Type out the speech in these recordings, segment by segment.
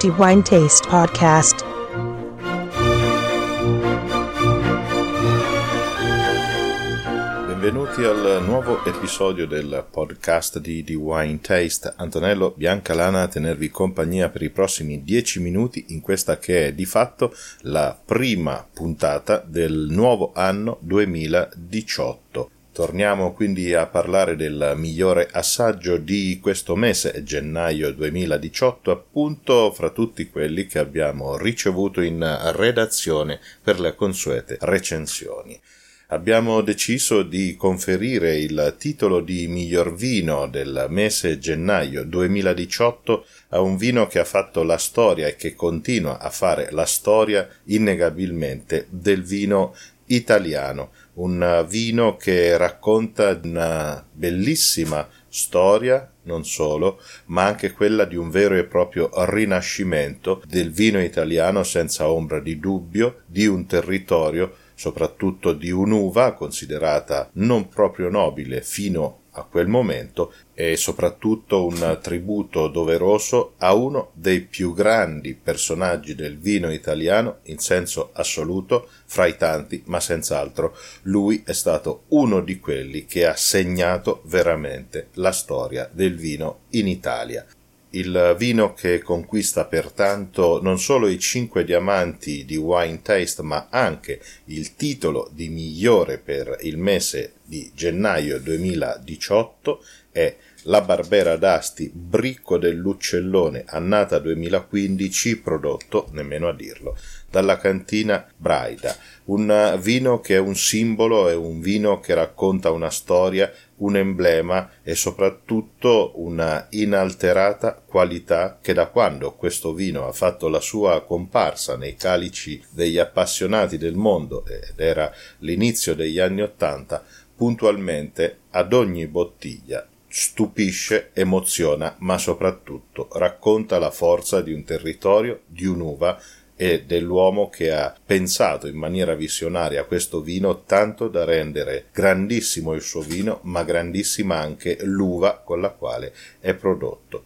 The Wine Taste Podcast. Benvenuti al nuovo episodio del podcast di The Wine Taste. Antonello Biancalana a tenervi compagnia per i prossimi 10 minuti in questa che è di fatto la prima puntata del nuovo anno 2018. Torniamo quindi a parlare del migliore assaggio di questo mese, gennaio 2018, appunto fra tutti quelli che abbiamo ricevuto in redazione per le consuete recensioni. Abbiamo deciso di conferire il titolo di miglior vino del mese gennaio 2018 a un vino che ha fatto la storia e che continua a fare la storia innegabilmente del vino italiano, un vino che racconta una bellissima storia, non solo, ma anche quella di un vero e proprio rinascimento del vino italiano senza ombra di dubbio, di un territorio, soprattutto di un'uva considerata non proprio nobile fino a quel momento e soprattutto un tributo doveroso a uno dei più grandi personaggi del vino italiano in senso assoluto fra i tanti, ma senz'altro lui è stato uno di quelli che ha segnato veramente la storia del vino in Italia. Il vino che conquista pertanto non solo i 5 diamanti di Wine Taste, ma anche il titolo di migliore per il mese di gennaio 2018 è la Barbera d'Asti Bricco dell'Uccellone annata 2015, prodotto, nemmeno a dirlo, dalla cantina Braida. Un vino che è un simbolo, è un vino che racconta una storia, un emblema e soprattutto una inalterata qualità che da quando questo vino ha fatto la sua comparsa nei calici degli appassionati del mondo ed era l'inizio degli anni '80, puntualmente ad ogni bottiglia stupisce, emoziona, ma soprattutto racconta la forza di un territorio, di un'uva e dell'uomo che ha pensato in maniera visionaria questo vino tanto da rendere grandissimo il suo vino, ma grandissima anche l'uva con la quale è prodotto.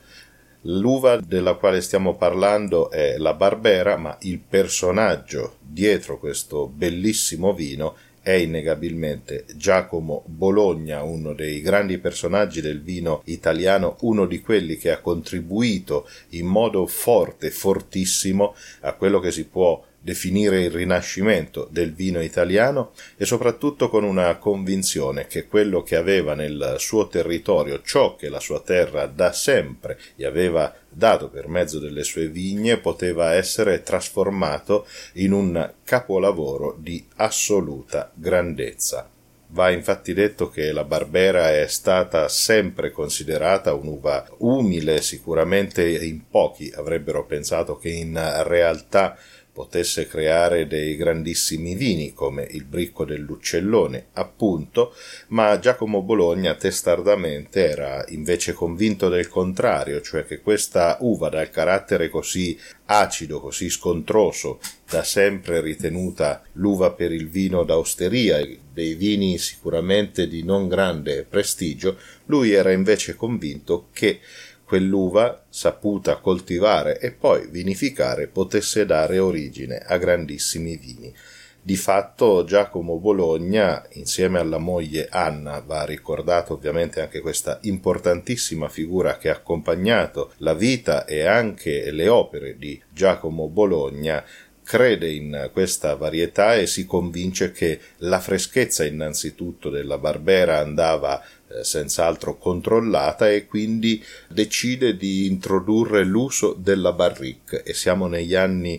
L'uva della quale stiamo parlando è la Barbera, ma il personaggio dietro questo bellissimo vino è innegabilmente Giacomo Bologna, uno dei grandi personaggi del vino italiano, uno di quelli che ha contribuito in modo forte, fortissimo a quello che si può definire il rinascimento del vino italiano e soprattutto con una convinzione che quello che aveva nel suo territorio, ciò che la sua terra da sempre gli aveva dato per mezzo delle sue vigne, poteva essere trasformato in un capolavoro di assoluta grandezza. Va infatti detto che la Barbera è stata sempre considerata un'uva umile, sicuramente in pochi avrebbero pensato che in realtà potesse creare dei grandissimi vini come il Bricco dell'Uccellone, appunto, ma Giacomo Bologna testardamente era invece convinto del contrario, cioè che questa uva dal carattere così acido, così scontroso, da sempre ritenuta l'uva per il vino d'osteria, dei vini sicuramente di non grande prestigio, lui era invece convinto che quell'uva saputa coltivare e poi vinificare potesse dare origine a grandissimi vini. Di fatto Giacomo Bologna, insieme alla moglie Anna, va ricordato ovviamente anche questa importantissima figura che ha accompagnato la vita e anche le opere di Giacomo Bologna, crede in questa varietà e si convince che la freschezza innanzitutto della Barbera andava senz'altro controllata e quindi decide di introdurre l'uso della barrique e siamo negli anni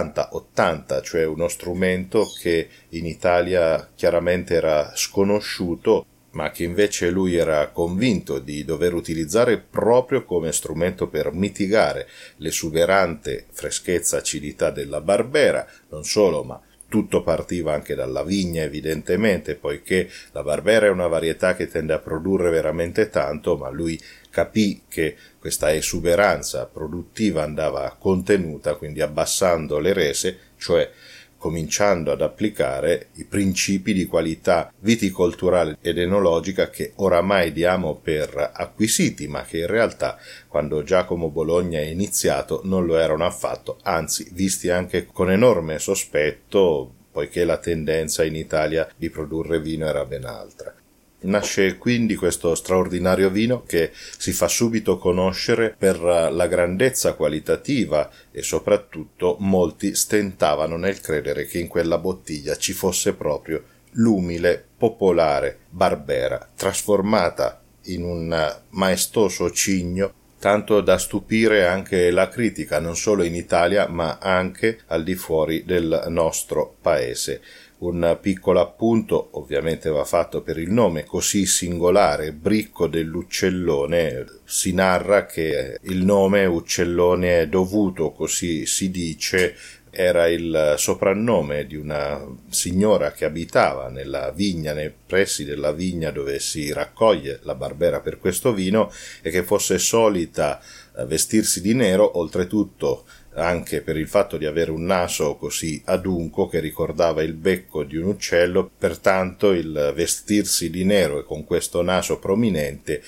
70-80, cioè uno strumento che in Italia chiaramente era sconosciuto ma che invece lui era convinto di dover utilizzare proprio come strumento per mitigare l'esuberante freschezza e acidità della Barbera, non solo, ma tutto partiva anche dalla vigna evidentemente, poiché la Barbera è una varietà che tende a produrre veramente tanto, ma lui capì che questa esuberanza produttiva andava contenuta, quindi abbassando le rese, cioè cominciando ad applicare i principi di qualità viticolturale ed enologica che oramai diamo per acquisiti, ma che in realtà quando Giacomo Bologna è iniziato non lo erano affatto, anzi visti anche con enorme sospetto, poiché la tendenza in Italia di produrre vino era ben altra. Nasce quindi questo straordinario vino che si fa subito conoscere per la grandezza qualitativa e soprattutto molti stentavano nel credere che in quella bottiglia ci fosse proprio l'umile, popolare Barbera, trasformata in un maestoso cigno, tanto da stupire anche la critica, non solo in Italia ma anche al di fuori del nostro paese. Un piccolo appunto ovviamente va fatto per il nome così singolare, Bricco dell'Uccellone. Si narra che il nome Uccellone dovuto, così si dice, era il soprannome di una signora che abitava nella vigna, nei pressi della vigna dove si raccoglie la Barbera per questo vino, e che fosse solita vestirsi di nero, oltretutto anche per il fatto di avere un naso così adunco che ricordava il becco di un uccello. Pertanto il vestirsi di nero e con questo naso prominente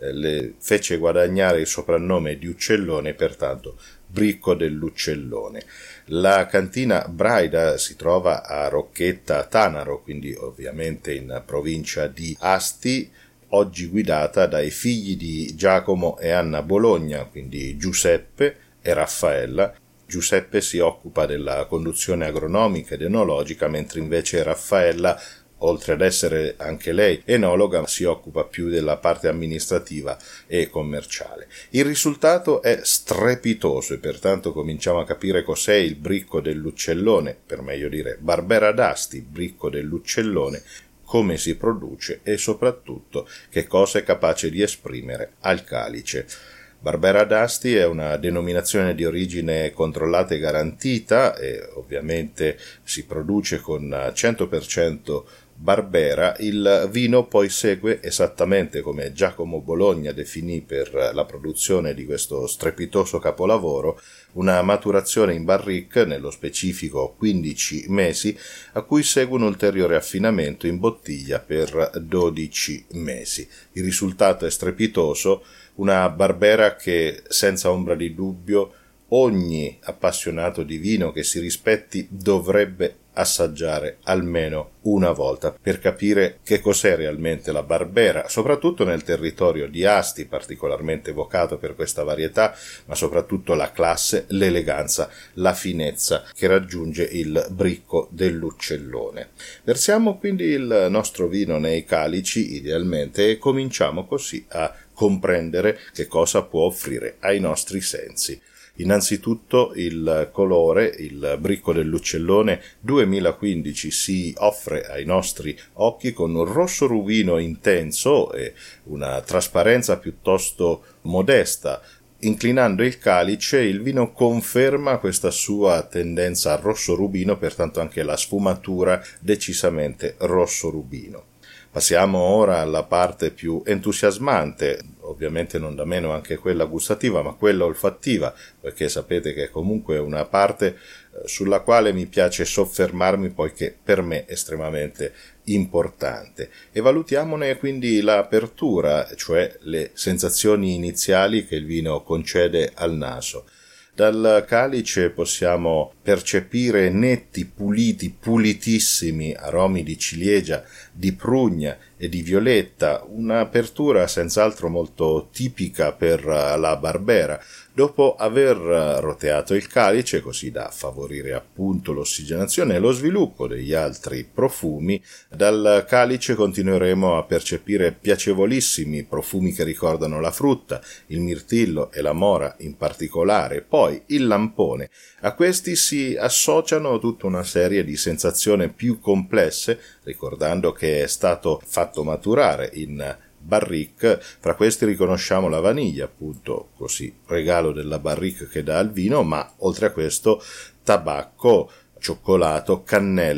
le fece guadagnare il soprannome di Uccellone, pertanto Bricco dell'Uccellone. La cantina Braida si trova a Rocchetta Tanaro, quindi ovviamente in provincia di Asti, oggi guidata dai figli di Giacomo e Anna Bologna, quindi Giuseppe e Raffaella. Giuseppe si occupa della conduzione agronomica ed enologica, mentre invece Raffaella, oltre ad essere anche lei enologa, si occupa più della parte amministrativa e commerciale. Il risultato è strepitoso e pertanto cominciamo a capire cos'è il Bricco dell'Uccellone, per meglio dire Barbera d'Asti, Bricco dell'Uccellone, come si produce e soprattutto che cosa è capace di esprimere al calice. Barbera d'Asti è una denominazione di origine controllata e garantita e ovviamente si produce con 100% Barbera. Il vino poi segue esattamente come Giacomo Bologna definì per la produzione di questo strepitoso capolavoro una maturazione in barrique, nello specifico 15 mesi, a cui segue un ulteriore affinamento in bottiglia per 12 mesi. Il risultato è strepitoso, una Barbera che senza ombra di dubbio ogni appassionato di vino che si rispetti dovrebbe assaggiare almeno una volta per capire che cos'è realmente la Barbera, soprattutto nel territorio di Asti, particolarmente evocato per questa varietà, ma soprattutto la classe, l'eleganza, la finezza che raggiunge il Bricco dell'Uccellone. Versiamo quindi il nostro vino nei calici idealmente e cominciamo così a comprendere che cosa può offrire ai nostri sensi. Innanzitutto il colore, il Bricco dell'Uccellone 2015 si offre ai nostri occhi con un rosso rubino intenso e una trasparenza piuttosto modesta. Inclinando il calice, il vino conferma questa sua tendenza al rosso rubino, pertanto anche la sfumatura decisamente rosso rubino. Passiamo ora alla parte più entusiasmante, ovviamente non da meno anche quella gustativa, ma quella olfattiva, perché sapete che è comunque una parte sulla quale mi piace soffermarmi, poiché per me è estremamente importante. E valutiamone quindi l'apertura, cioè le sensazioni iniziali che il vino concede al naso. Dal calice possiamo percepire netti, puliti, pulitissimi aromi di ciliegia, di prugna e di violetta, un'apertura senz'altro molto tipica per la Barbera. Dopo aver roteato il calice, così da favorire appunto l'ossigenazione e lo sviluppo degli altri profumi, dal calice continueremo a percepire piacevolissimi profumi che ricordano la frutta, il mirtillo e la mora in particolare, poi il lampone. A questi si associano tutta una serie di sensazioni più complesse, ricordando che è stato fatto maturare in barrique. Fra questi riconosciamo la vaniglia, appunto, così regalo della barrique che dà al vino, ma oltre a questo tabacco, cioccolato, cannella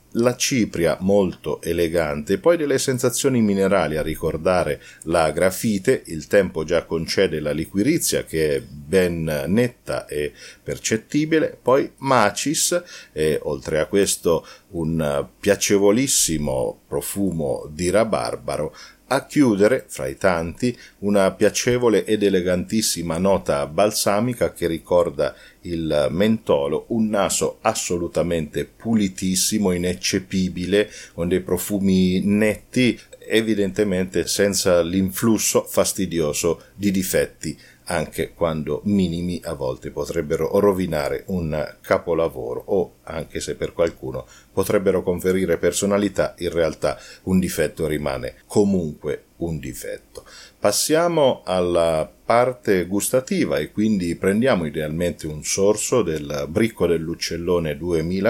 la cipria molto elegante, poi delle sensazioni minerali a ricordare la grafite, il tempo già concede la liquirizia che è ben netta e percettibile, poi macis e oltre a questo un piacevolissimo profumo di rabarbaro. A chiudere, fra i tanti, una piacevole ed elegantissima nota balsamica che ricorda il mentolo, un naso assolutamente pulitissimo, ineccepibile, con dei profumi netti, evidentemente senza l'influsso fastidioso di difetti, anche quando minimi a volte potrebbero rovinare un capolavoro o, anche se per qualcuno potrebbero conferire personalità, in realtà un difetto rimane comunque un difetto. Passiamo alla parte gustativa e quindi prendiamo idealmente un sorso del Bricco dell'Uccellone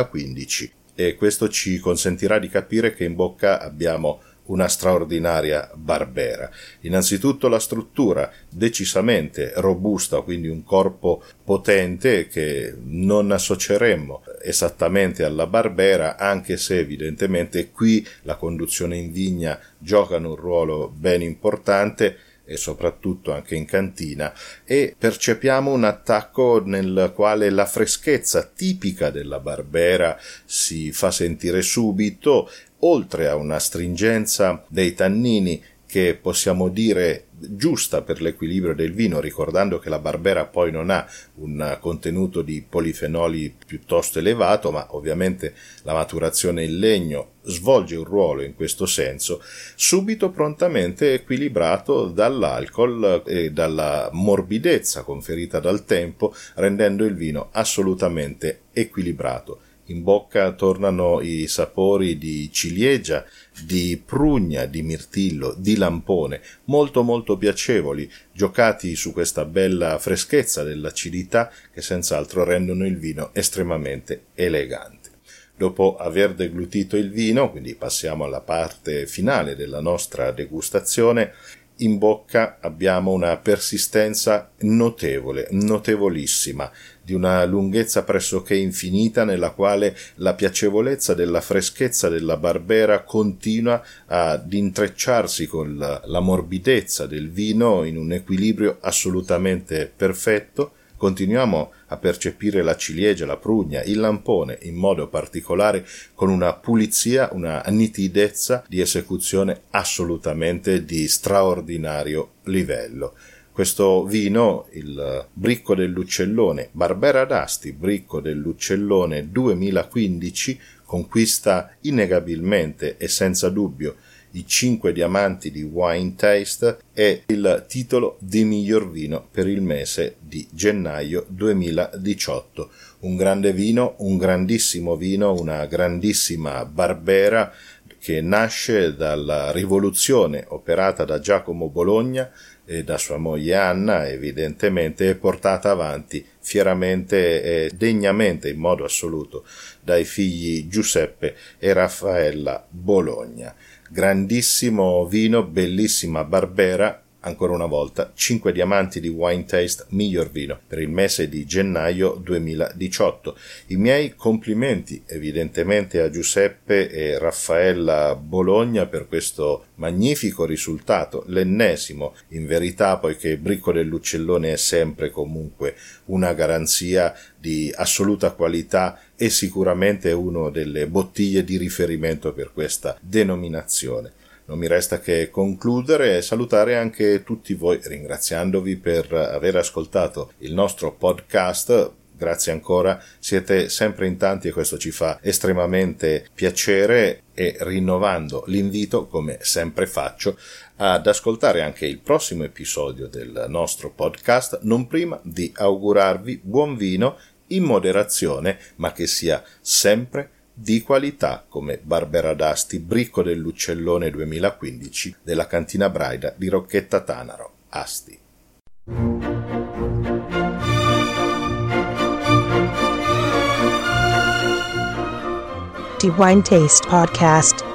2015 e questo ci consentirà di capire che in bocca abbiamo una straordinaria Barbera. Innanzitutto la struttura decisamente robusta, quindi un corpo potente che non associeremmo esattamente alla Barbera, anche se evidentemente qui la conduzione in vigna giocano un ruolo ben importante e soprattutto anche in cantina, e percepiamo un attacco nel quale la freschezza tipica della Barbera si fa sentire subito, oltre a una stringenza dei tannini che possiamo dire giusta per l'equilibrio del vino, ricordando che la Barbera poi non ha un contenuto di polifenoli piuttosto elevato, ma ovviamente la maturazione in legno svolge un ruolo in questo senso, subito prontamente equilibrato dall'alcol e dalla morbidezza conferita dal tempo, rendendo il vino assolutamente equilibrato. In bocca tornano i sapori di ciliegia, di prugna, di mirtillo, di lampone, molto molto piacevoli, giocati su questa bella freschezza dell'acidità che senz'altro rendono il vino estremamente elegante. Dopo aver deglutito il vino, quindi passiamo alla parte finale della nostra degustazione, in bocca abbiamo una persistenza notevole, notevolissima, di una lunghezza pressoché infinita nella quale la piacevolezza della freschezza della Barbera continua ad intrecciarsi con la morbidezza del vino in un equilibrio assolutamente perfetto. Continuiamo a percepire la ciliegia, la prugna, il lampone in modo particolare con una pulizia, una nitidezza di esecuzione assolutamente di straordinario livello. Questo vino, il Bricco dell'Uccellone, Barbera d'Asti, Bricco dell'Uccellone 2015, conquista innegabilmente e senza dubbio i 5 diamanti di Wine Taste e il titolo di miglior vino per il mese di gennaio 2018. Un grande vino, un grandissimo vino, una grandissima Barbera che nasce dalla rivoluzione operata da Giacomo Bologna e da sua moglie Anna, evidentemente, è portata avanti fieramente e degnamente, in modo assoluto, dai figli Giuseppe e Raffaella Bologna. Grandissimo vino, bellissima Barbera, ancora una volta 5 diamanti di Wine Taste miglior vino per il mese di gennaio 2018. I miei complimenti evidentemente a Giuseppe e Raffaella Bologna per questo magnifico risultato, l'ennesimo in verità, poiché Bricco dell'Uccellone è sempre comunque una garanzia di assoluta qualità e sicuramente uno delle bottiglie di riferimento per questa denominazione. Non mi resta che concludere e salutare anche tutti voi, ringraziandovi per aver ascoltato il nostro podcast. Grazie ancora, siete sempre in tanti e questo ci fa estremamente piacere, e rinnovando l'invito, come sempre faccio, ad ascoltare anche il prossimo episodio del nostro podcast, non prima di augurarvi buon vino in moderazione, ma che sia sempre di qualità come Barbera d'Asti, Bricco dell'Uccellone 2015 della Cantina Braida di Rocchetta Tanaro, Asti. The Wine Taste Podcast.